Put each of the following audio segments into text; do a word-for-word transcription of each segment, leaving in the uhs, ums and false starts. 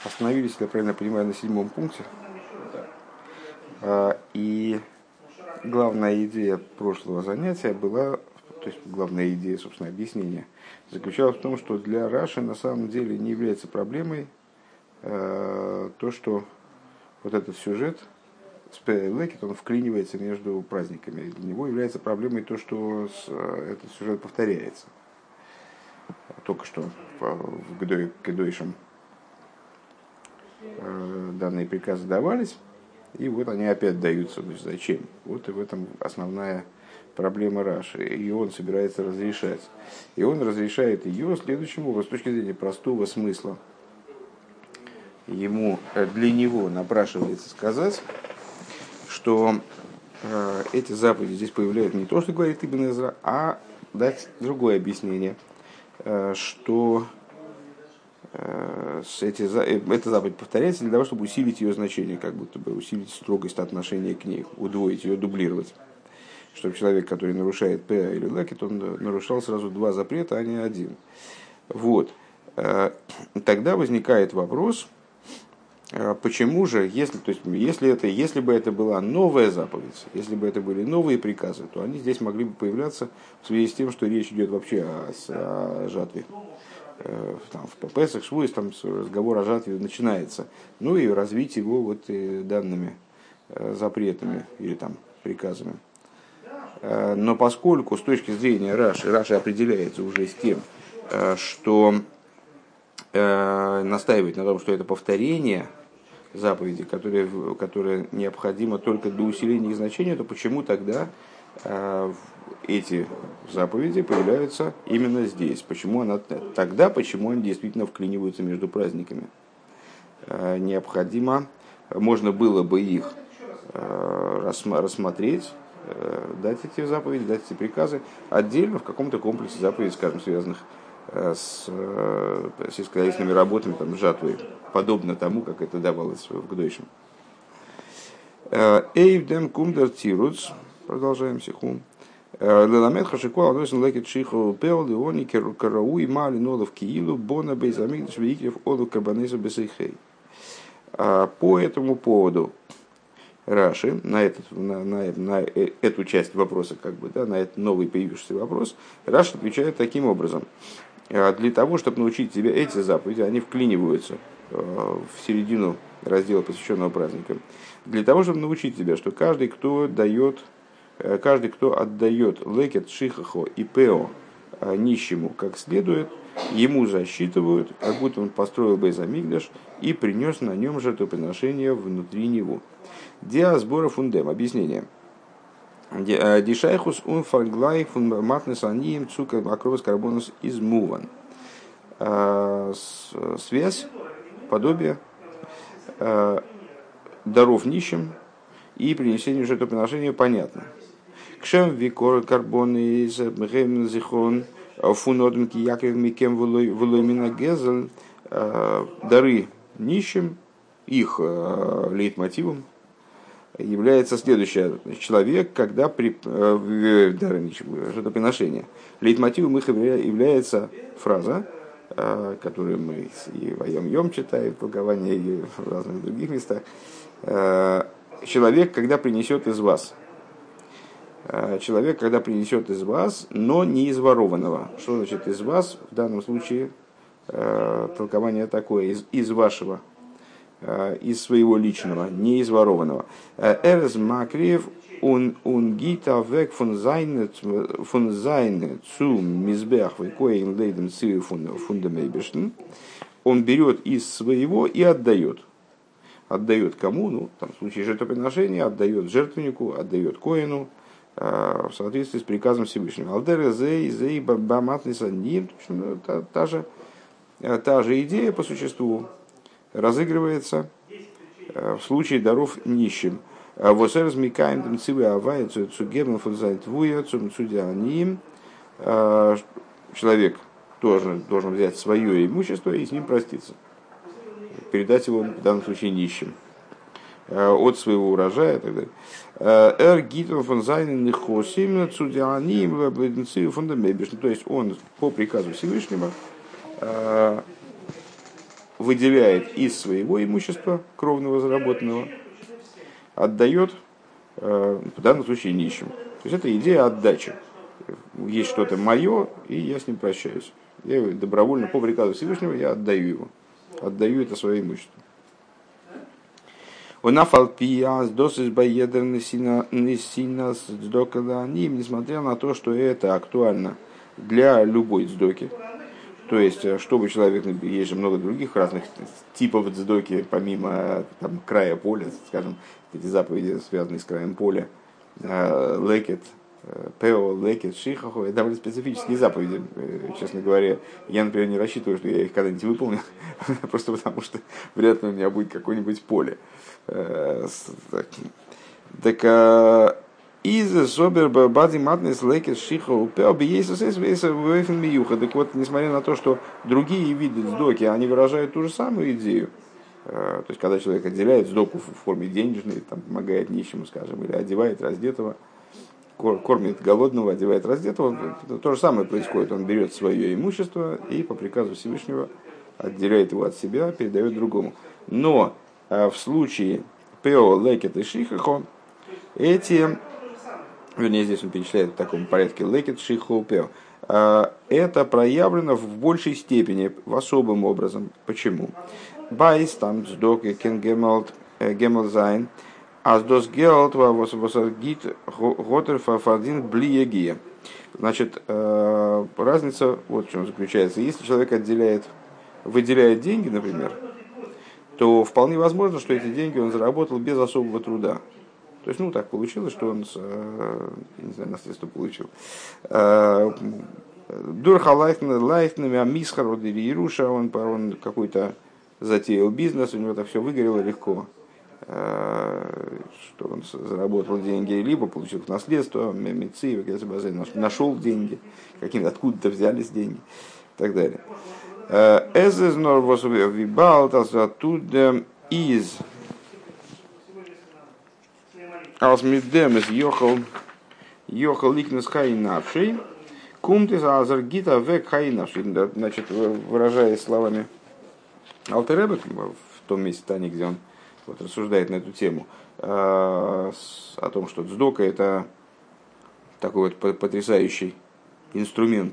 Остановились, если я правильно понимаю, на седьмом пункте. И главная идея прошлого занятия была, то есть главная идея, собственно, объяснения, заключалась в том, что для Раши на самом деле не является проблемой то, что вот этот сюжет Лекет, он вклинивается между праздниками. Для него является проблемой то, что этот сюжет повторяется. Только что в Гдойшем данные приказы давались, и вот они опять даются. То есть зачем? Вот и в этом основная проблема Раши. И он собирается разрешать. И он разрешает ее следующим образом, с точки зрения простого смысла. Ему, для него напрашивается сказать, что э, эти заповеди здесь появляются не то, что говорит Ибн Эзра, а дать другое объяснение, э, что э, эти, эта заповедь повторяется для того, чтобы усилить ее значение, как будто бы усилить строгость отношения к ней, удвоить ее, дублировать. Чтобы человек, который нарушает П или Лекет, он нарушал сразу два запрета, а не один. Вот. Э, тогда возникает вопрос, почему же, если, то есть, если, это, если бы это была новая заповедь, если бы это были новые приказы, то они здесь могли бы появляться в связи с тем, что речь идет вообще о, о жатве. Там, в Песах, Швуис, там разговор о жатве начинается. Ну и развить его вот данными запретами или там приказами. Но поскольку с точки зрения Раши, Раши определяется уже с тем, что настаивает на том, что это повторение заповеди, которое, которое необходимо только для усиления их значения, то почему тогда э, эти заповеди появляются именно здесь? Почему она, тогда почему они действительно вклиниваются между праздниками? Э, необходимо, можно было бы их э, рассмотреть, э, дать эти заповеди, дать эти приказы отдельно в каком-то комплексе заповедей, скажем, связанных с сельскохозяйственными работами, там, жатвой, подобно тому, как это давалось в Гдойшем. Эйвдем кумдер тируц, продолжаем сиху. Леламед хашику алдосен лекет шиху пел леони карауи мали нолов киилу бона бейзамигдаш вейкрев оду карбанеза бесейхей. По этому поводу Раши на, этот, на, на, на эту часть вопроса, как бы, да, на этот новый появившийся вопрос, Раши отвечает таким образом. Для того, чтобы научить тебя эти заповеди, они вклиниваются в середину раздела, посвященного праздникам. Для того, чтобы научить тебя, что каждый, кто дает, каждый, кто отдает лекет, шихахо и пео нищему как следует, ему засчитывают, как будто он построил бейзамигдаш и принес на нем жертвоприношение внутри него. Диа сбора фундем. Объяснение. Дишайхус ун фальглай фун матнес анием цука акровос карбонус из муван. Связь, подобие даров нищим и принесение жертвоприношения понятно. Кшем викор карбоны из мгем зихон фунодм киякев микем вулоймина гезель. Дары нищим, их лейтмотивом является следующее. Человек, когда при э, дары нищим, жертвоприношения, лейтмотивом их является фраза, э, которую мы и в Айом-Йом читаем, толкование и в разных других местах. Э, человек, когда принесет из вас. Э, человек, когда принесет из вас, но не из ворованного. Что значит из вас? В данном случае э, толкование такое, из, из вашего. Из своего личного, не из ворованного. Эрз макриев он гита век фун зайне цу мизбех векоин лейден цию фундамейбештен. Он берет из своего и отдает. Отдает кому? Ну, там, в случае жертвоприношения, отдает жертвеннику, отдает коину в соответствии с приказом Всевышнего. Алдер зей зей баматниса ним. Та же, та же идея по существу разыгрывается в случае даров нищим. Человек тоже должен взять свое имущество и с ним проститься. Передать его в данном случае нищим. От своего урожая и так далее. То есть он по приказу Всевышнего выделяет из своего имущества, кровного заработанного, отдает, в данном случае, нищим. То есть это идея отдачи. Есть что-то мое, и я с ним прощаюсь. Я добровольно, по приказу Всевышнего, я отдаю его. Отдаю это свое имущество. Несмотря на то, что это актуально для любой цдоки. То есть, чтобы человек, есть же много других разных типов цдоки, помимо там, края поля, скажем, эти заповеди, связанные с краем поля, лекет, пео, лекет, шихаху, это довольно специфические заповеди, честно говоря. Я, например, не рассчитываю, что я их когда-нибудь выполню, просто потому что вряд ли у меня будет какое-нибудь поле. Так, из собер бади матнес лекет шихаху, пео, бейсус вейфен миюха. Так вот, несмотря на то, что другие виды цдоки, они выражают ту же самую идею. То есть, когда человек отделяет цдоку в форме денежной, там, помогает нищему, скажем, или одевает раздетого, кормит голодного, одевает раздетого, то же самое происходит. Он берет свое имущество и по приказу Всевышнего отделяет его от себя, передает другому. Но в случае пео, лекет и шихахо, эти, вернее, здесь он перечисляет в таком порядке лекет, шихахо, пео, это проявлено в большей степени, в особым образом. Почему? Байс, там, цдоки, кен гемелт, гемелзайн, аз дос гелт, вас гит, готер фафардин блиегия. Значит, разница вот в чем заключается. Если человек отделяет, выделяет деньги, например, то вполне возможно, что эти деньги он заработал без особого труда. То есть, ну, так получилось, что он, не знаю, наследство получил. Дурха лайхнами амисхар или Ируша, он, он какой-то затеял бизнес, у него это все выгорело легко. Что он заработал деньги, либо получил наследство, мемицы, нашел деньги, каким-то откуда-то взялись деньги и так далее. Эзез норвос вибалтас оттуда из алсмидем из йохал йохал ликнес хайнавший кумтис азаргита век хайнавший. Значит, выражаясь словами Алтер Ребе в том месте Тани, где он вот, рассуждает на эту тему, о том, что цдока — это такой вот потрясающий инструмент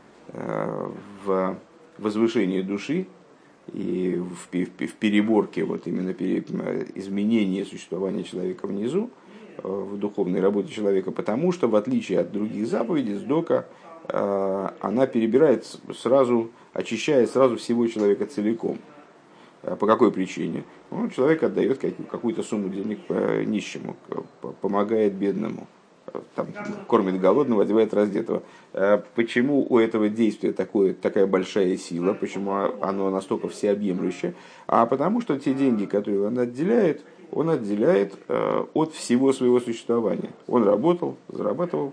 в возвышении души и в переборке вот именно изменения существования человека внизу, в духовной работе человека, потому что, в отличие от других заповедей, цдока, она перебирает сразу, очищает сразу всего человека целиком. По какой причине? Ну, человек отдает какую-то сумму денег нищему, помогает бедному, там, кормит голодного, одевает раздетого. Почему у этого действия такое, такая большая сила? Почему оно настолько всеобъемлющее? А потому что те деньги, которые он отделяет, он отделяет от всего своего существования. Он работал, зарабатывал,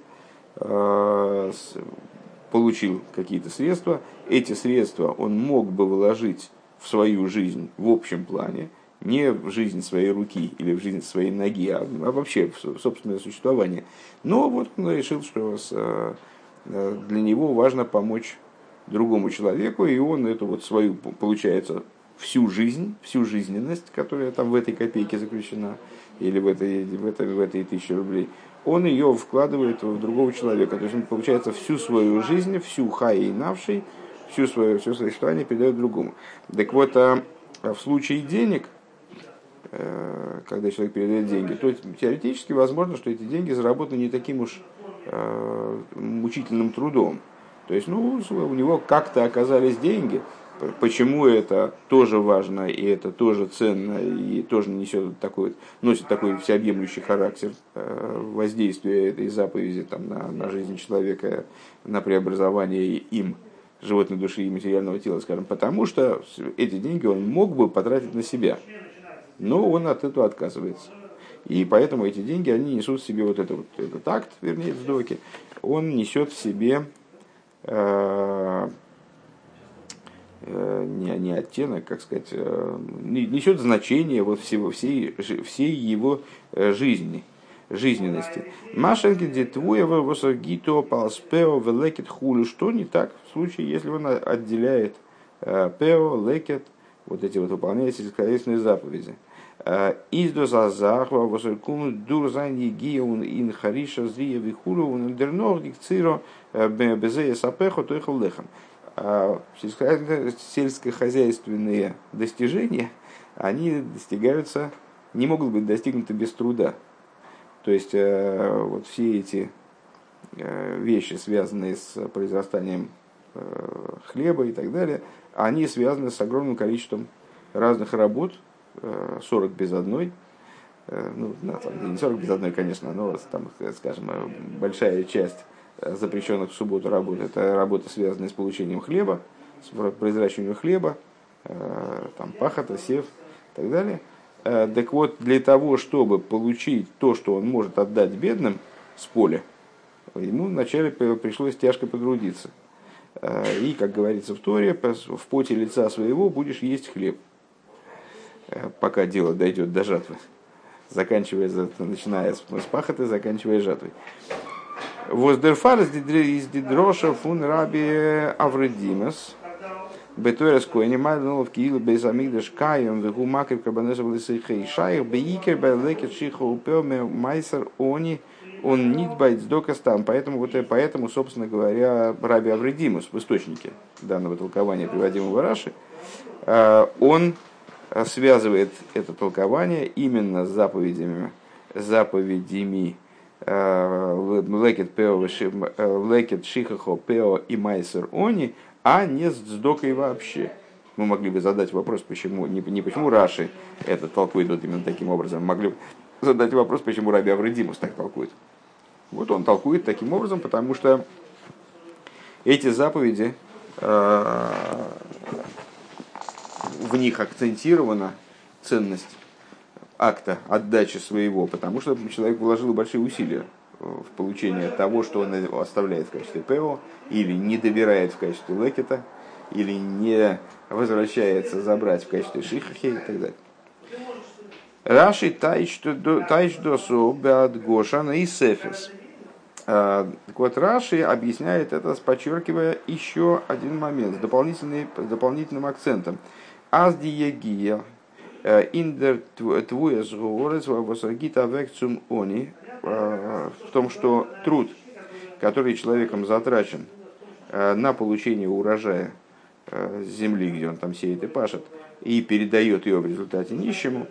получил какие-то средства. Эти средства он мог бы вложить в свою жизнь в общем плане, не в жизнь своей руки или в жизнь своей ноги, а, а вообще в собственное существование. Но вот он решил, что с, для него важно помочь другому человеку, и он эту вот свою, получается, всю жизнь, всю жизненность, которая там в этой копейке заключена, или в этой, в этой, в этой тысяче рублей, он ее вкладывает в другого человека. То есть он, получается, всю свою жизнь, всю хай и навший, всю свое, все свое существование передает другому. Так вот, а в случае денег, когда человек передает деньги, то теоретически возможно, что эти деньги заработаны не таким уж мучительным трудом. То есть, ну, у него как-то оказались деньги. Почему это тоже важно, и это тоже ценно, и тоже несет такой, носит такой всеобъемлющий характер воздействия этой заповеди там, на, на жизнь человека, на преобразование им животной души и материального тела, скажем, потому что эти деньги он мог бы потратить на себя, но он от этого отказывается. И поэтому эти деньги, они несут в себе вот, это, вот этот акт, вернее, цдоки, он несет в себе э, э, не, не оттенок, как сказать, э, несет значение вот всего, всей, всей его жизни. Жизненности. Машенки детвуева восагито палспео велекет хулю. Что не так в случае, если он отделяет пео, лекет, вот эти вот выполняя сельскохозяйственные заповеди. Издо зазахва восалькум дурзайн егиун ин хариша зрия вихуру ундернох дикциро безея сапехо тойхал лехам. Сельскохозяйственные достижения, они достигаются, не могут быть достигнуты без труда. То есть вот все эти вещи, связанные с произрастанием хлеба и так далее, они связаны с огромным количеством разных работ, сорок без одной, ну, не сорок без одной, конечно, но, там, скажем, большая часть запрещенных в субботу работ, это работа, связанная с получением хлеба, с произращиванием хлеба, там, пахота, сев и так далее. Так вот, для того, чтобы получить то, что он может отдать бедным с поля, ему вначале пришлось тяжко потрудиться. И, как говорится в Торе, в поте лица своего будешь есть хлеб, пока дело дойдет до жатвы, заканчивая, начиная с пахоты, заканчивая жатвой. Воздерфар из дидроша фун раби Авредимас бетуэрс коэни майлнов киил безамигдаш каем вегу макер кабанеша влисейхей шайх бейкер байлекет шиха упеме майсер они он нит байдсдокастам. Поэтому, вот, поэтому, собственно говоря, раби Авредимус в источнике данного толкования, приводимого Раши, он связывает это толкование именно с заповедями, заповедями Лекет Шихахо Пео и Майсер Они, а не с Дздокой вообще. Мы могли бы задать вопрос, почему, не, не почему Раши это толкует вот именно таким образом, могли бы задать вопрос, почему раби Авредимус так толкует. Вот он толкует таким образом, потому что эти заповеди, в них акцентирована ценность акта отдачи своего, потому что человек вложил большие усилия в получение того, что он оставляет в качестве ПЭО, или не добирает в качестве лекета, или не возвращается забрать в качестве шихахи и так далее. Раши тайч досу бад гошана и сефис. Так вот, Раши объясняет это, подчеркивая еще один момент с, дополнительным, с дополнительным акцентом. Азди егия индер твуя сговорец восагита векцум они, в том, что труд, который человеком затрачен на получение урожая с земли, где он там сеет и пашет, и передает ее в результате нищему,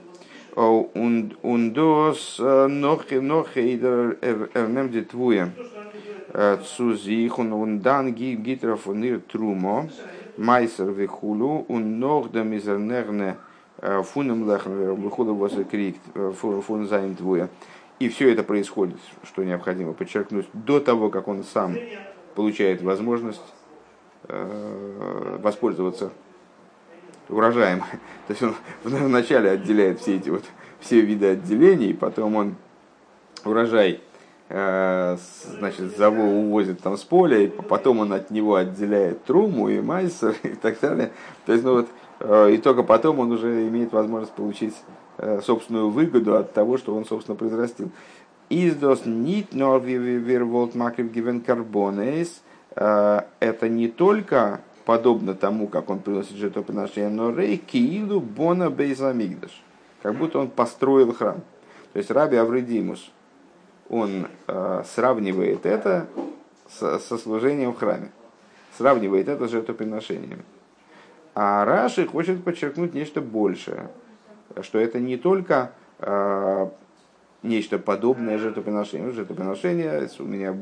ундос нохейдер эрнемди твуя цузихун ундан гитров нир трумо майсер вихулу ун нордам изернерне фуном лехнер выхулу возекрикт фун займ твуя. И все это происходит, что необходимо подчеркнуть, до того, как он сам получает возможность воспользоваться урожаем. То есть он вначале отделяет все эти вот все виды отделений, потом он урожай, значит, завод увозит там с поля, и потом он от него отделяет труму и майсер и так далее. То есть, ну вот, и только потом он уже имеет возможность получить собственную выгоду от того, что он, собственно, произрастил. Издос нит норвиверволт макер гивен карбонейс. Это не только подобно тому, как он приносит жертвоприношение, но рей киилу бона бейзамигдаш, как будто он построил храм. То есть раби Авредимус, он э, сравнивает это с, со служением в храме, сравнивает это с жертвоприношением. А Раши хочет подчеркнуть нечто большее, что это не только э, нечто подобное жертвоприношению. Жертвоприношение у меня...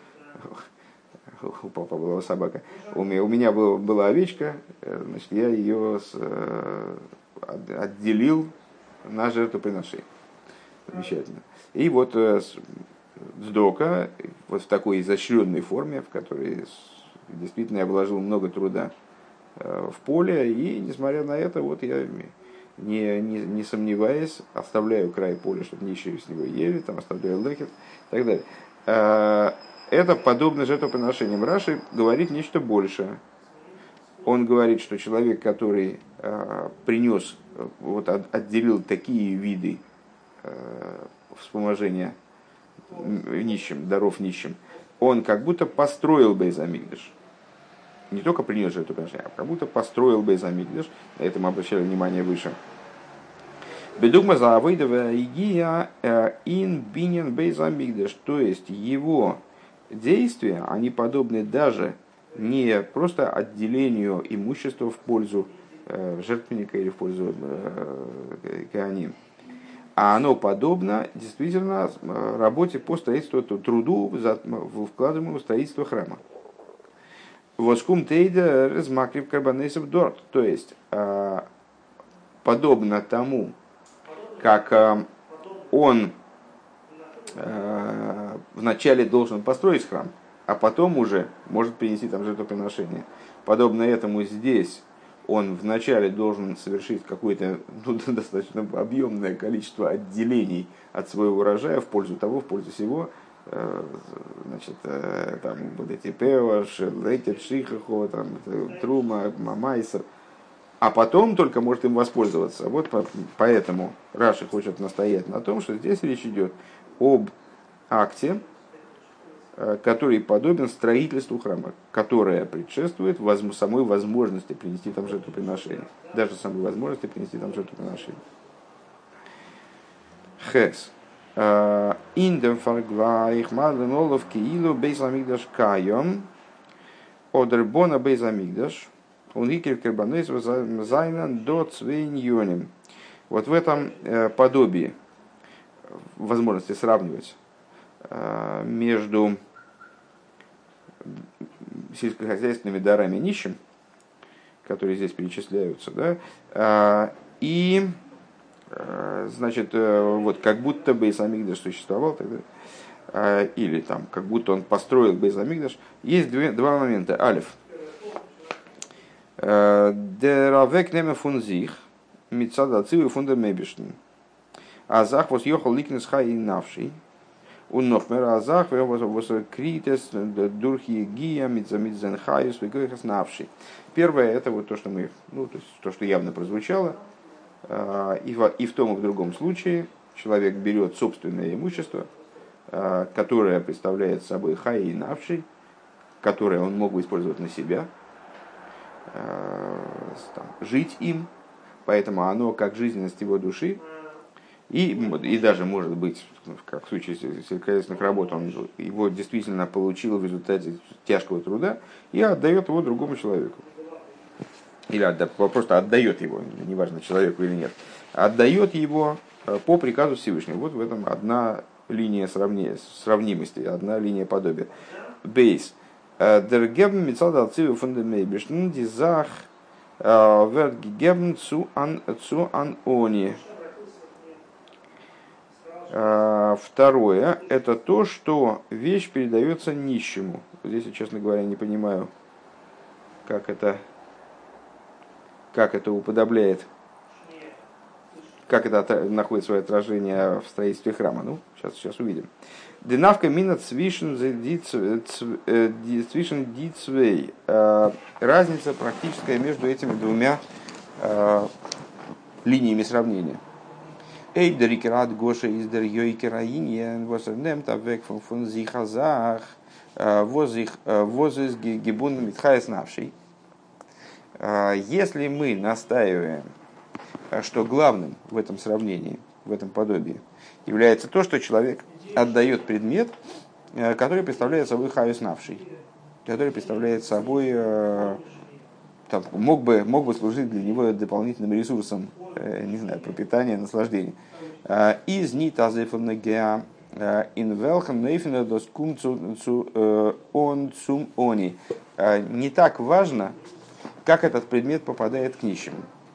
У папы была собака. У меня, у меня была, была овечка, значит, я ее с, отделил на жертвоприношение. Замечательно. И вот сдока, вот в такой изощренной форме, в которой действительно я вложил много труда в поле, и несмотря на это, вот я, не, не, не сомневаясь, оставляю край поля, чтобы нищие с него ели, там оставляю лекет и так далее. Это подобно жертвоприношениям. Раши говорит нечто большее. Он говорит, что человек, который э, принес, вот, от, отделил такие виды э, вспоможения нищим, даров нищим, он как будто построил бейз амикдаш. не только принес жертвоприношение, а как будто построил Бейс Амикдаш, на это мы обращали внимание выше. Бедугма за авойдова игия ин бинен Бейс Амикдаш, то есть его действия, они подобны даже не просто отделению имущества в пользу жертвенника или в пользу коаним, а оно подобно действительно работе по строительству, труду, вкладываемому в строительство храма. Воскум тейда размакрив карбонесов дорт, то есть подобно тому, как он вначале должен построить храм, а потом уже может принести там жертвоприношение. Подобно этому здесь он вначале должен совершить какое-то ну, достаточно объемное количество отделений от своего урожая в пользу того, в пользу сего. Значит, там вот эти певаш, летет, шихахо, там, трума, мамайса. А потом только может им воспользоваться. Вот поэтому Раши хочет настоять на том, что здесь речь идет об акте, который подобен строительству храма, которое предшествует самой возможности принести там жертвоприношение. Даже самой возможности принести там жертвоприношение. Хес. Индем фарглайх мадлен олов киилу бейз амигдаш кайом одербона бейз амигдаш он икер кербанейс зайнан до цвейньоним. Вот в этом подобии возможности сравнивать между сельскохозяйственными дарами нищим, которые здесь перечисляются, да, и значит, вот как будто Бейс Амикдаш существовал тогда, или там, как будто он построил Бейс Амикдаш, есть две, два момента. Алиф. Деравек неме фун зих, митцада цивы фунда мебиштен. Азах вос йохал ликнес хай и навший. Уннохмер азах вос критес дурхи гия митзамитзен хайус вегойхас навший. Первое, это вот то, что мы, ну, то есть то, что явно прозвучало. И в, и в том, и в другом случае человек берет собственное имущество, которое представляет собой хай и навший, которое он мог бы использовать на себя, там, жить им, поэтому оно как жизненность его души, и, и даже может быть, как в случае сельскохозяйственных работ, он его действительно получил в результате тяжкого труда и отдает его другому человеку. Или отда, просто отдает его, неважно, человеку или нет, отдает его по приказу Всевышнего. Вот в этом одна линия сравнения, сравнимости, одна линия подобия. Бейс. Der geben mit Zahl der Zivil von der Meibischen die Sach wird gegeben zu an zu an Oni. Второе, это то, что вещь передается нищему. Здесь я, честно говоря, не понимаю, как это, как это уподобляет, как это находит свое отражение в строительстве храма. Ну, сейчас, сейчас увидим. Динавка мина цвишен дицвей. Разница практическая между этими двумя линиями сравнения. Эй, дерикерат Гоша из дер йойкераиньен, восернем тавек фон фон зихазах, возих возис гибун митхайс навший. Если мы настаиваем, что главным в этом сравнении, в этом подобии, является то, что человек отдает предмет, который представляет собой хаюс навший, который представляет собой, там, мог бы, мог бы служить для него дополнительным ресурсом, не знаю, пропитания, наслаждения. Из нитазефона геа ин велхам нейфена доскум цу он цум они. Не так важно, как этот предмет попадает к нищему.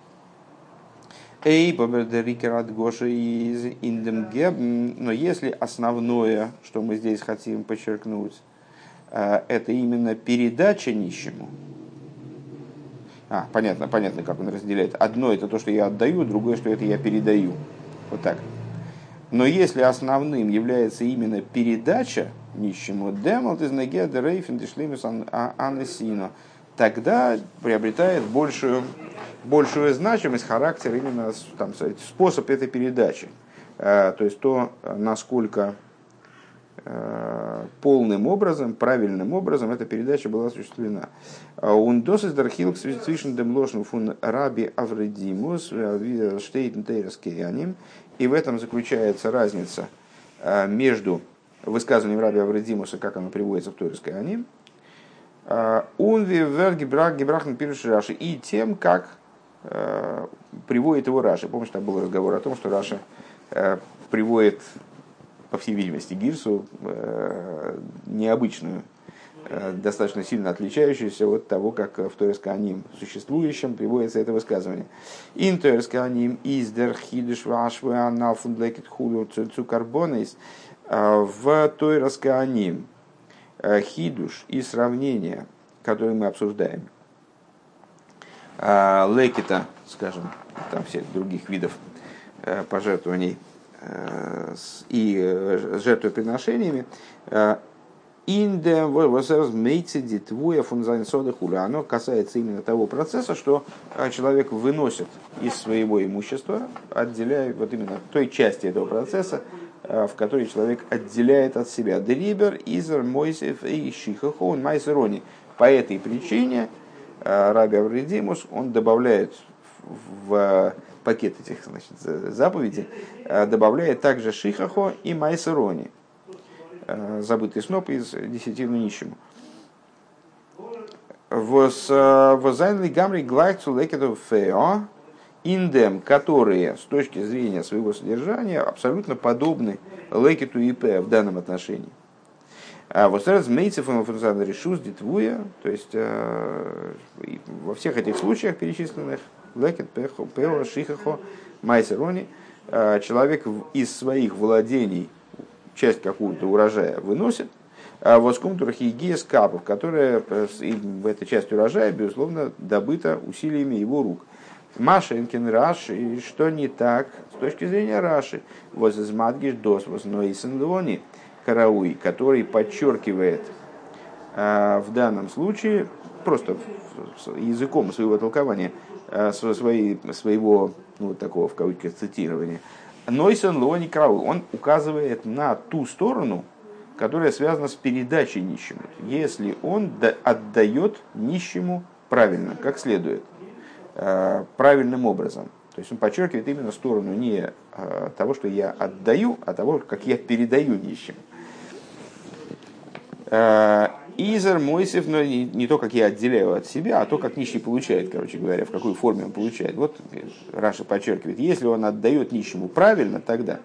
Эй, бабердерикерат Гоша из индемгеб. Но если основное, что мы здесь хотим подчеркнуть, это именно передача нищему. А, понятно, понятно, как он разделяет. Одно это то, что я отдаю, другое, что это я передаю. Вот так. Но если основным является именно передача нищему, тогда приобретает большую, большую значимость, характер, именно там, способ этой передачи. То есть то, насколько полным образом, правильным образом эта передача была осуществлена. Ундос из Дархилк свишен дем лошен фун раби Авредимус штейтен тейрскеяним. И в этом заключается разница между высказыванием раби Авредимуса, как оно приводится в Тойрской Аним, и тем, как приводит его Раши. Помнишь, там был разговор о том, что Раши приводит, по всей видимости, гирсу необычную, достаточно сильно отличающуюся от того, как в Тойрской Аним существующем приводится это высказывание. «Ин Тойрской Аним из дер хидуш вашвы анал фундлекет хулю цукарбонейс». В Тойрской Аним хидуш и сравнение, которые мы обсуждаем, лекета, скажем, там всех других видов пожертвований и жертвоприношениями, оно касается именно того процесса, что человек выносит из своего имущества, отделяя вот именно той части этого процесса, в которой человек отделяет от себя дрибер, изер, мойсев и шихахон, майсерони. По этой причине раби Авредимус, он добавляет в пакет этих, значит, заповедей, добавляет также шихахо и майсерони, забытый сноп из десятины нищему. Возайнли гамри глайцу лекетов фео индем, которые с точки зрения своего содержания абсолютно подобны лекету и п в данном отношении. А вот сразу мейцев и решус дитвуя, то есть во всех этих случаях перечисленных лекет, пео, шихахо, майсерони, человек из своих владений часть какого-то урожая выносит, а вот скумтурах егия скапов, которая эта часть урожая, безусловно, добыта усилиями его рук. Машенкин Раши, что не так с точки зрения Раши, возизмадгиш дос вознойсен лони карауи, который подчеркивает в данном случае просто языком своего толкования, своей, своего, ну, такого в кавычках цитирования, Нойсен лони карауи, он указывает на ту сторону, которая связана с передачей нищему, если он отдает нищему правильно, как следует, правильным образом. То есть он подчеркивает именно сторону не того, что я отдаю, а того, как я передаю нищим. Изер Мойсев, но не, не то, как я отделяю от себя, а то, как нищий получает, короче говоря, в какой форме он получает. Вот Раша подчеркивает, если он отдает нищему правильно, тогда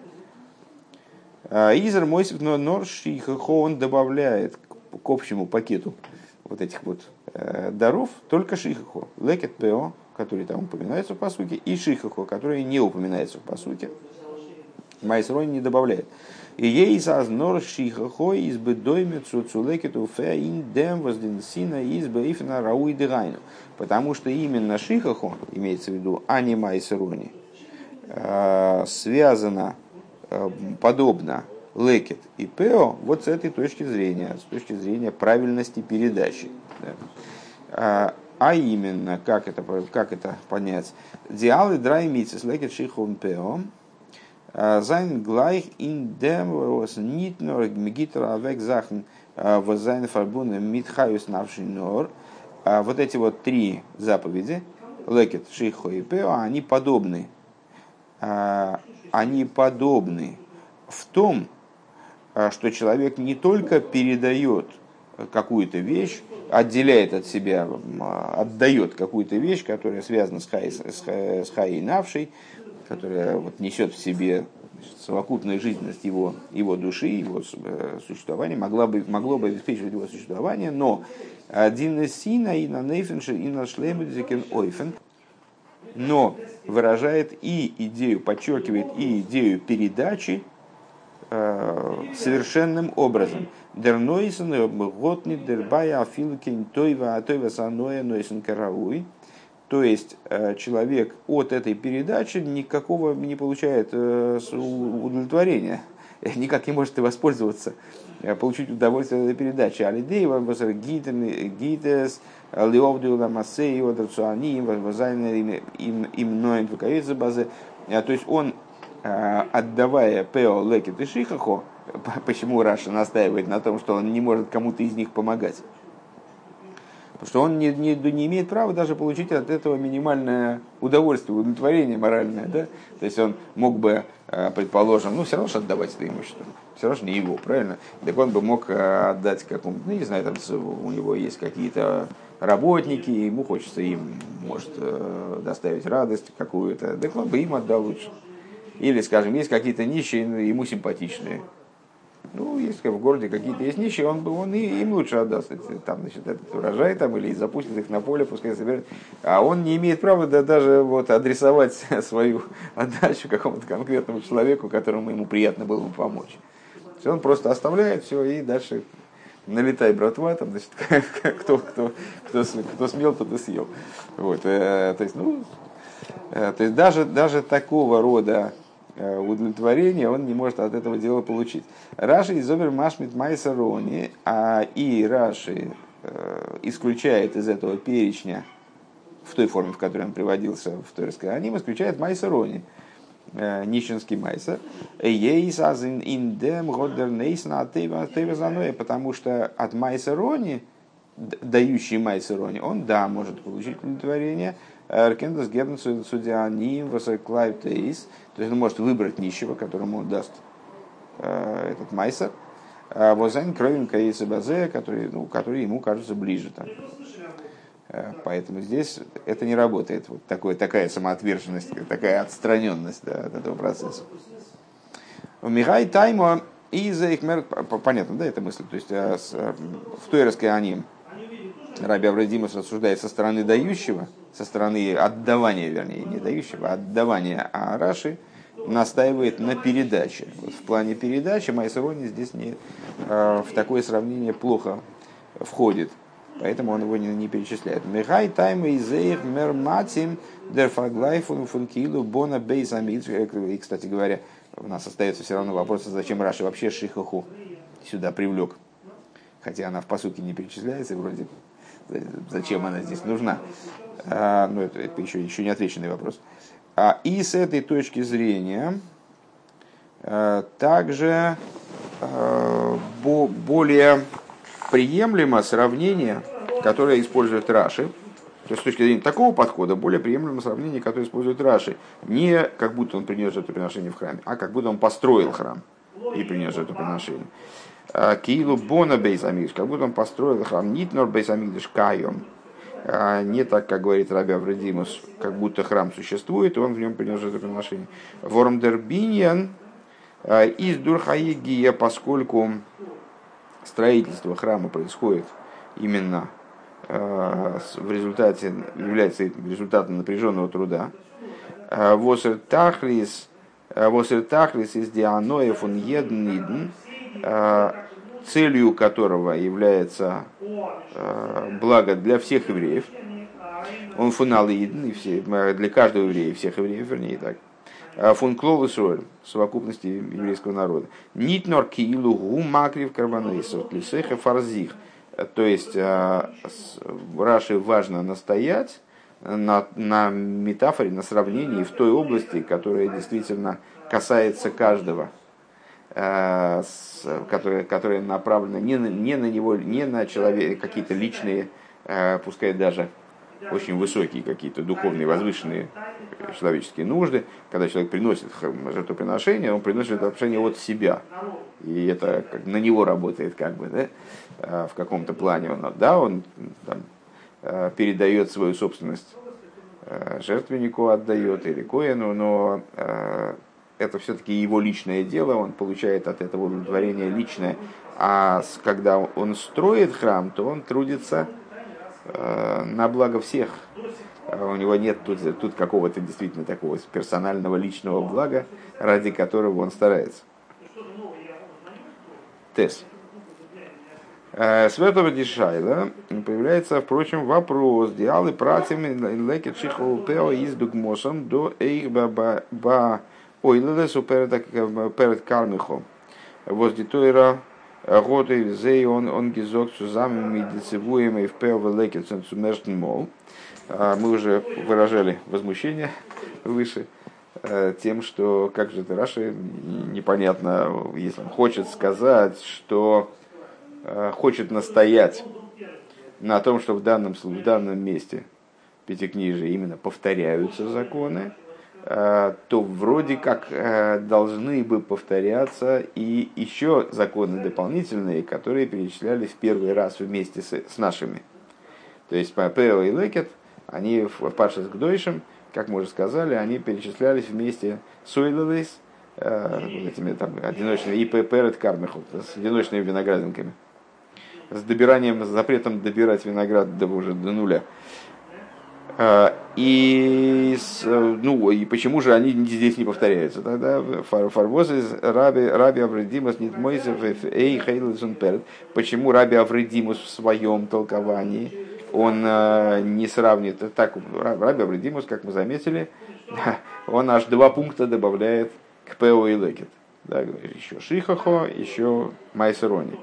Изер Мойсев, но Норшихахо, он добавляет к общему пакету вот этих вот э, даров только шихахо, лекет пео, который там упоминается в пасуке, и шихахо, который не упоминается в пасуке. Майсрон не добавляет. И ей зазнор шихахо из бедойме цуцу лекету фе индем возденсина из бейфна рауи дегайну. Потому что именно шихахо, имеется в виду, а не майсрони, э, связано э, подобно лекет и пео вот с этой точки зрения, с точки зрения правильности передачи. Да. А именно, как это, как это понять? Диалы драй митсис лекет шихун пео зайн глайх ин дем вос нит нор мигитер авек захн вос зайн фарбуна митхаюс навши нор. Вот эти вот три заповеди, лекет, шихо и пео, они подобны. Они подобны в том, что человек не только передает какую-то вещь, отделяет от себя, отдает какую-то вещь, которая связана с хай, с хай навшей, которая вот несет в себе совокупную жизненность его, его души, его существования, могла бы, могло бы обеспечивать его существование, но один сина и на нейфенши и на шлемудзикен ойфен, но выражает и идею, подчеркивает и идею передачи совершенным образом. Дернойсен готни дербая афилкин тойва атойва саноя нойсен карауи. То есть человек от этой передачи никакого не получает удовлетворения, никак не может и воспользоваться, получить удовольствие от этой передачи. Алидей вазер гитес леовду ламасей вадрцуани вазайнер им им ноин вакаидзе базе. То есть он отдавая пео лекет и шихахо, почему Раша настаивает на том, что он не может кому-то из них помогать? Потому что он не, не, не имеет права даже получить от этого минимальное удовольствие, удовлетворение моральное. Да? То есть он мог бы, предположим, ну все равно же отдавать это имущество. Все равно же не его, правильно? Так он бы мог отдать какому-то, ну не знаю, там у него есть какие-то работники, ему хочется им, может, доставить радость какую-то, так он бы им отдал лучше. Или, скажем, есть какие-то нищие, ему симпатичные. Ну, если в городе какие-то есть нищие, он, он и, им лучше отдаст там, значит, этот урожай там, или запустит их на поле, пускай собирают. А он не имеет права да, даже вот, адресовать свою отдачу какому-то конкретному человеку, которому ему приятно было бы помочь. То есть он просто оставляет все и дальше налетай, братва, там, значит, кто, кто, кто, кто смел, тот и съел. Вот, э, то есть, ну, э, то есть даже, даже такого рода удовлетворение он не может от этого дела получить. Раши из Обер Машмит Майса Рони, а и Раши э, исключает из этого перечня, в той форме, в которой он приводился в Торской Аним, исключает Майса Рони, э, нищенский Майса, потому что от Майса Рони, дающий Майса Рони, он, да, может получить удовлетворение. Аркендас Гебн Судианим Васаклайв Тейс. То есть он может выбрать нищего, которому он даст э, этот майсер. Возайн кровен Каиса Базе, который, ну, который ему кажется ближе. Там. Э, поэтому здесь это не работает. Вот такое, такая самоотверженность, такая отстраненность, да, от этого процесса. Михай Таймо и за их мер. Понятно, да, эта мысль? То есть э, с, э, в Тойерской Аним Раби Аврадимус рассуждает со стороны дающего, со стороны отдавания, вернее, не дающего, а отдавания, а Раши настаивает на передаче. Вот в плане передачи Майса Рони здесь не, э, в такое сравнение плохо входит, поэтому он его не, не перечисляет. Михай тайм изеих мерматим дерфаглайфун функилу бона бейсамид. И, кстати говоря, у нас остается все равно вопрос, зачем Раши вообще шихаху сюда привлек. Хотя она в пасуке не перечисляется, вроде зачем она здесь нужна. А, ну, это, это еще, еще не отвеченный вопрос. А, и с этой точки зрения а, также а, бо, более приемлемо сравнение, которое использует Раши. То есть с точки зрения такого подхода более приемлемо сравнение, которое использует Раши. Не как будто он принес жертвоприношение в храме, а как будто он построил храм и принес жертвоприношение. Киилу бона бейсамидиш, как будто он построил храм нитнор бейсамидиш кайом. Не так, как говорит Раби Аврадимус, как будто храм существует, и он в нем принес жертвоприношение. Вормдербиньян из Дурхаегия, поскольку строительство храма происходит именно в результате, является результатом напряженного труда. Восер тахлис, восер тахлис из дианоев он еднидн, целью которого является благо для всех евреев. Он фунал един, и все, для каждого еврея, всех евреев, вернее так. Фун клол Исроэль, совокупности еврейского народа. Нитнор киилу гу макрив карбанейсов, лисеха фарзих. То есть Раши важно настоять на, на метафоре, на сравнении в той области, которая действительно касается каждого, которая, которая направлена не на, не на него, не на человека, какие-то личные, пускай даже очень высокие какие-то духовные, возвышенные человеческие нужды. Когда человек приносит жертвоприношение, он приносит жертвоприношение от себя. И это как на него работает, как бы, да, в каком-то плане. Он, да, он там, передает свою собственность жертвеннику, отдает или коэну, но это все-таки его личное дело, он получает от этого удовлетворение личное. А когда он строит храм, то он трудится на благо всех. У него нет тут, тут какого-то действительно такого персонального личного блага, ради которого он старается. Тес. Светова Дишайла появляется, впрочем, вопрос. Диалы пратим лекет шихол пео из дугмосом до эйх ба ба ойлелесу перед кармихом. Воздитойра годы зей он он гизок zusammen mit децевуем и в пео лекет ценцумершн мол. Мы уже выражали возмущение выше тем, что, как же это Раши, непонятно, если он хочет сказать, что хочет настоять на том, что в данном, в данном месте Пятикнижия именно повторяются законы, то вроде как должны бы повторяться и еще законы дополнительные, которые перечислялись в первый раз вместе с, с нашими. То есть Пео и Лекет, они в Паршас Гдойшем, как мы уже сказали, они перечислялись вместе с Ойлелейс, этими там одиночными, и Перед Кармеху, с одиночными виноградинками, с добиранием, с запретом добирать виноград до, уже до нуля. И, ну, и почему же они здесь не повторяются? Тогда фарвоз из Раби, Раби Авредимус Нитмойзев Эй Хейлсон Перед. Почему Раби Авредимус в своем толковании он не сравнит? Так, Раби Авредимус, как мы заметили, он аж два пункта добавляет к Пео и Лекет. Да, еще Шихахо, еще Майсерони.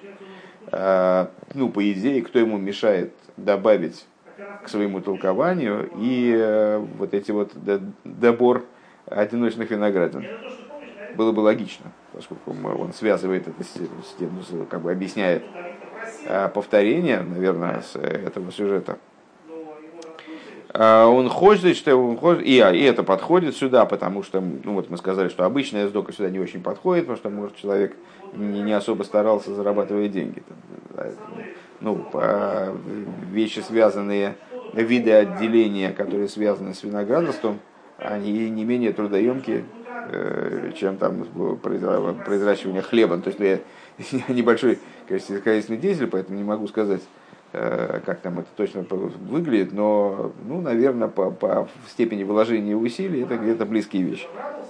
Ну, по идее, кто ему мешает добавить к своему толкованию и э, вот эти вот добор одиночных виноградин. Было бы логично, поскольку он связывает это с тем, как бы объясняет э, повторение, наверное, с этого сюжета. Э, он хочет, что он хочет, и, и это подходит сюда, потому что, ну вот мы сказали, что обычная сдока сюда не очень подходит, потому что, может, человек не, не особо старался, зарабатывая деньги. Ну, вещи, связанные, виды отделения, которые связаны с виноградарством, они не менее трудоемкие, чем там произращивание хлеба. То есть я небольшой сельскохозяйственный деятель, поэтому не могу сказать, как там это точно выглядит, но, ну, наверное, по, по степени вложения усилий это где-то близкие вещи.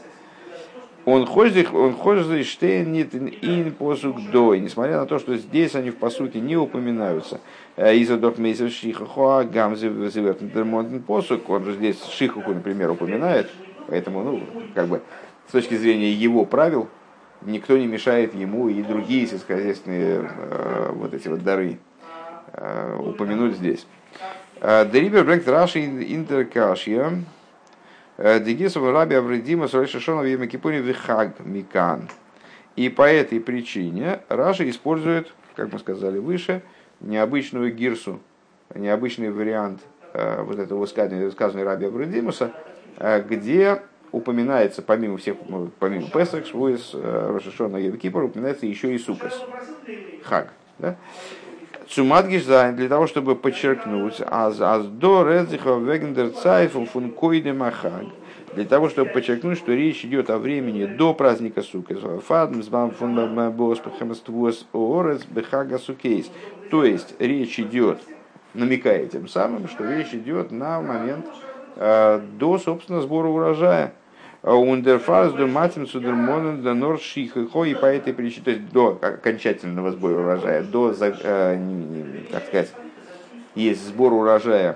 Он хочет, он хочет, штейнит ин посук дой, несмотря на то, что здесь они в посуке не упоминаются. Из-за докмейсер шихахуа гамзи вызывает посук, он же здесь шихаху, например, упоминает, поэтому, ну, как бы, с точки зрения его правил, никто не мешает ему и другие сельскохозяйственные э, вот эти вот дары э, упомянуть здесь. Дерибер брект раши интеркашья. Дегисов Раби Авредимус Рашишонов Емакипуни Вихаг Микан. И по этой причине Раши использует, как мы сказали выше, необычную гирсу, необычный вариант э, вот этого высказывания, высказывания Раби Авредимуса, э, где упоминается, помимо всех, помимо Песах, Швуис, э, Рашишона и Йом-Кипур, упоминается еще и Суккос, Хаг. Да? Цумадгиш зайн, для того, чтобы подчеркнуть, аз аз до резиха вегендер цайфу фун койдем ахаг, для того, чтобы подчеркнуть, что речь идет о времени до праздника Суккот. Фадм збам фун боспахамствуас оорес бехага сукейс. То есть речь идет, намекая тем самым, что речь идет на момент э, до, собственно, сбора урожая. Ундерфарс до матим судермонен до норшихо, и по этой причине, то есть до окончательного сбора урожая, до, э, как сказать, есть сбор урожая,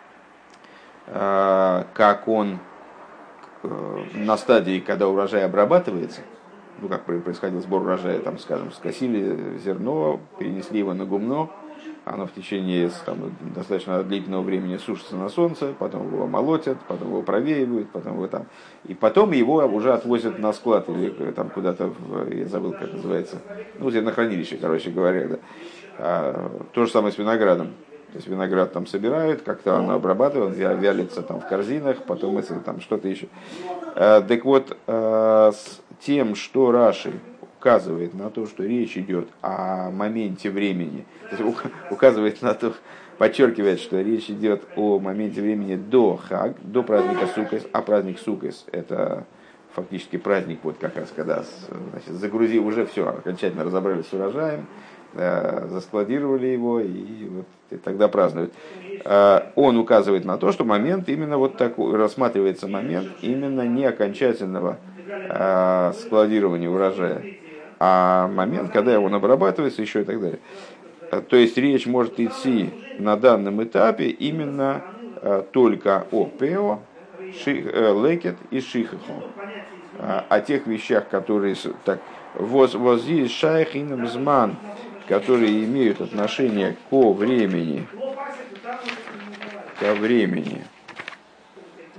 э, как он э, на стадии, когда урожай обрабатывается, ну как происходил сбор урожая, там, скажем, скосили зерно, перенесли его на гумно, оно в течение там, достаточно длительного времени сушится на солнце, потом его молотят, потом его провеивают, потом его там... И потом его уже отвозят на склад или там куда-то, в, я забыл, как называется, ну, зернохранилище, короче говоря. Да. А, то же самое с виноградом. То есть виноград там собирают, как-то он обрабатывает, он вялится там в корзинах, потом это, там что-то еще. А, так вот, а, с тем, что Раши указывает на то, что речь идет о моменте времени, то есть указывает на то, подчеркивает, что речь идет о моменте времени до Хаг, до праздника Суккос, а праздник Суккос это фактически праздник, вот как раз когда, значит, загрузили, уже все, окончательно разобрались с урожаем, заскладировали его и, вот, и тогда празднуют. Он указывает на то, что момент именно вот такой, рассматривается момент именно не окончательного складирования урожая, а момент, когда он обрабатывается еще и так далее. То есть речь может идти на данном этапе именно только о Пео, Лекет и Шихаху, о тех вещах, которые так вози шайхином зман, которые имеют отношение ко времени, ко времени.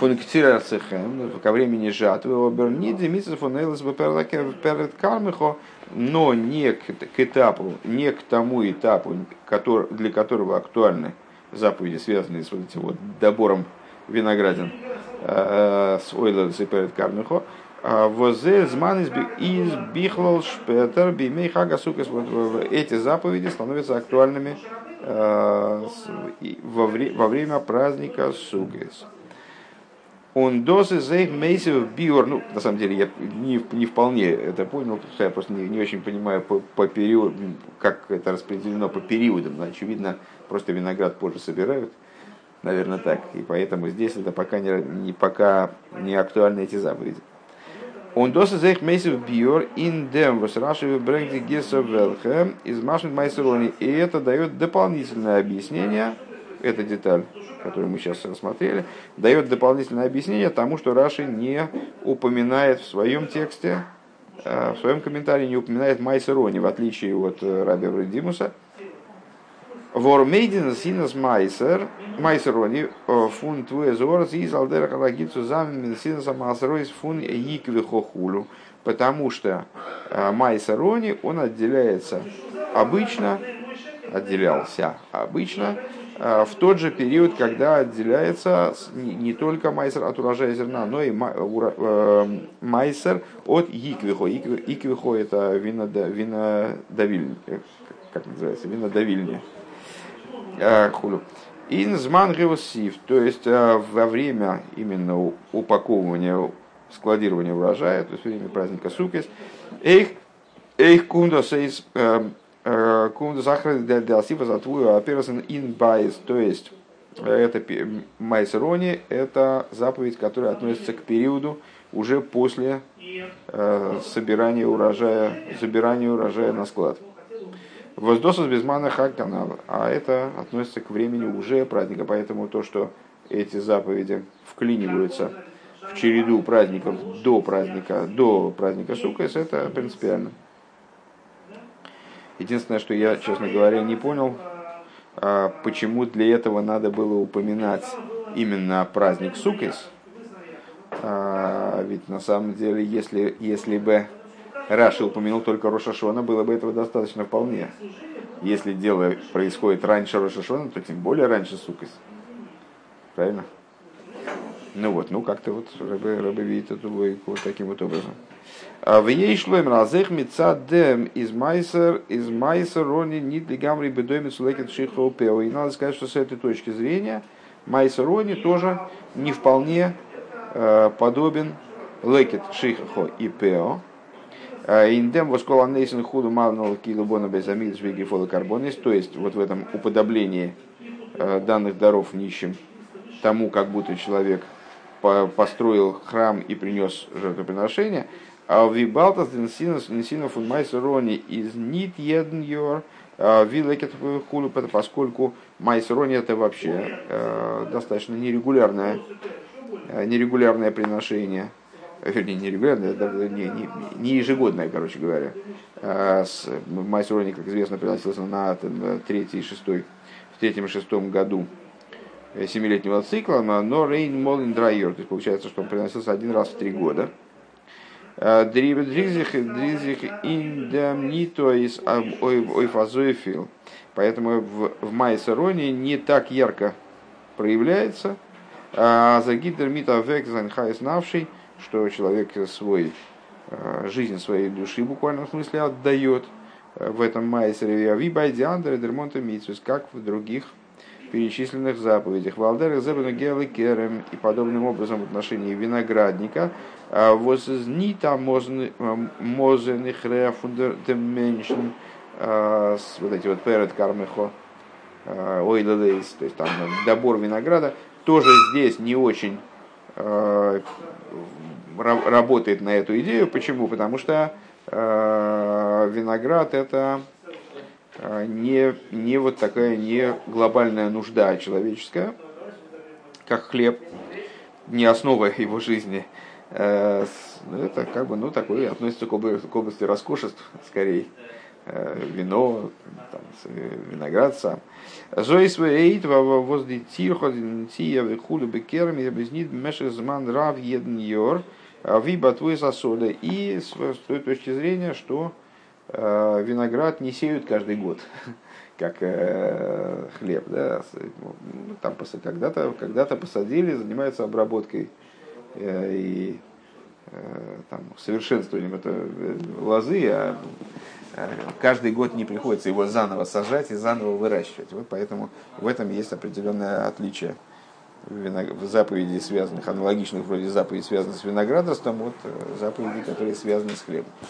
функцирацехем, ко времени жатвы, обернит демисов фунелес перед кармихо, но не к, к этапу, не к тому этапу, который, для которого актуальны заповеди, связанные с вот этим вот добором виноградин э, с ойлес и перед кармихо. Возе зман из бихлол шпетер бимей хага сукас. Эти заповеди становятся актуальными э, во, вре, во время праздника сукас. Он досы зейх мейсев биор. Ну, на самом деле, я не, не вполне это понял, потому что я просто не, не очень понимаю по, по периоду, как это распределено по периодам. Очевидно, просто виноград позже собирают. Наверное, так. И поэтому здесь это пока не, не, пока не актуальны эти заповеди. Он досы зейх мейсев биор ин дем вос раши бренги гирса велхе из машин майсерони. И это дает дополнительное объяснение, эта деталь, которую мы сейчас рассмотрели, дает дополнительное объяснение тому, что Раши не упоминает в своем тексте, в своем комментарии не упоминает майсерони, в отличие от раби Авредимуса. Вормейдин синас майсер, майсерони фун туэзорс из алдера халагицу замен синаса майсеройс фун иквихохулю. Потому что майсерони, он отделяется обычно, отделялся обычно, в тот же период, когда отделяется не только майсер от урожая зерна, но и майсер от иквихо. Иквихо — это винодавильня, как называется, винодавильня. Инзман геосиф, то есть во время именно упаковывания, складирования урожая, то есть время праздника Суккот, эйх эйх кундосейс кундос ахрен для сифа за твою операцию инбайс, то есть это майсерони, это заповедь, которая относится к периоду уже после собирания урожая, собирания урожая на склад. Воздосус безмана хак канал, а это относится к времени уже праздника, поэтому то, что эти заповеди вклиниваются в череду праздников до праздника, до праздника Суккот, это принципиально. Единственное, что я, честно говоря, не понял, почему для этого надо было упоминать именно праздник Суккот. Ведь на самом деле, если, если бы Раши упомянул только Рош ха-Шана, было бы этого достаточно вполне. Если дело происходит раньше Рош ха-Шана, то тем более раньше Суккот. Правильно? Ну вот, ну как-то вот Рабби, Рабби видит эту логику вот таким вот образом. В ей шло им разых мецадем из майсер, из майсер рони нит лигамри бедоймит сулекет шихопео. И надо сказать, что с этой точки зрения майсер рони тоже не вполне э, подобен лекет шихо и пео. Индем воскола нейсен худу мавнул килубона безамид жвиги фолокарбонис. То есть вот в этом уподоблении э, данных даров нищим тому, как будто человек построил храм и принес жертвоприношение, а в Вибалтас Денсина фун Майсерони из Нит Еден Йор Вилекет Хулу, поскольку Майсерони это вообще э, достаточно нерегулярное, нерегулярное приношение, вернее, нерегулярное, не, не, не ежегодное, короче говоря. Майсерони, как известно, приносился на третий и шестой, в третьем и шестом году семилетнего цикла, но Рейн Молин Драйер, то есть получается, что он приносился один раз в три года. Дризих индамнито из ойфазоефил. Поэтому в, в майсероне не так ярко проявляется. За гидер митавек занхайс навший, что человек свой, жизнь своей души в буквальном смысле отдает в этом майсере. Вибайдиандер дермонта митсус, как в других перечисленных заповедях. Валдер зебену гелы керем, и подобным образом в отношении виноградника вознита мозеных рефундерменшн, вот эти вот перед кармехо ойлелейс, то есть там добор винограда, тоже здесь не очень э, работает на эту идею. Почему? Потому что э, виноград это Не, не вот такая не глобальная нужда человеческая, как хлеб, не основа его жизни. Это как бы, ну, такое относится к области, к области роскошеств, скорее. вино, там, виноград сам. Зоисвейт возле тирходин тия вихулю бекерми объяснит мешезман рав еден йор виба твой сосода. И с той точки зрения, что виноград не сеют каждый год, как хлеб. Да? Там когда-то, когда-то посадили, занимаются обработкой и там, совершенствованием этой лозы, а каждый год не приходится его заново сажать и заново выращивать. Вот поэтому в этом есть определенное отличие в заповедей, связанных, аналогичных вроде заповедей, связанных с виноградарством, от заповедей, которые связаны с хлебом.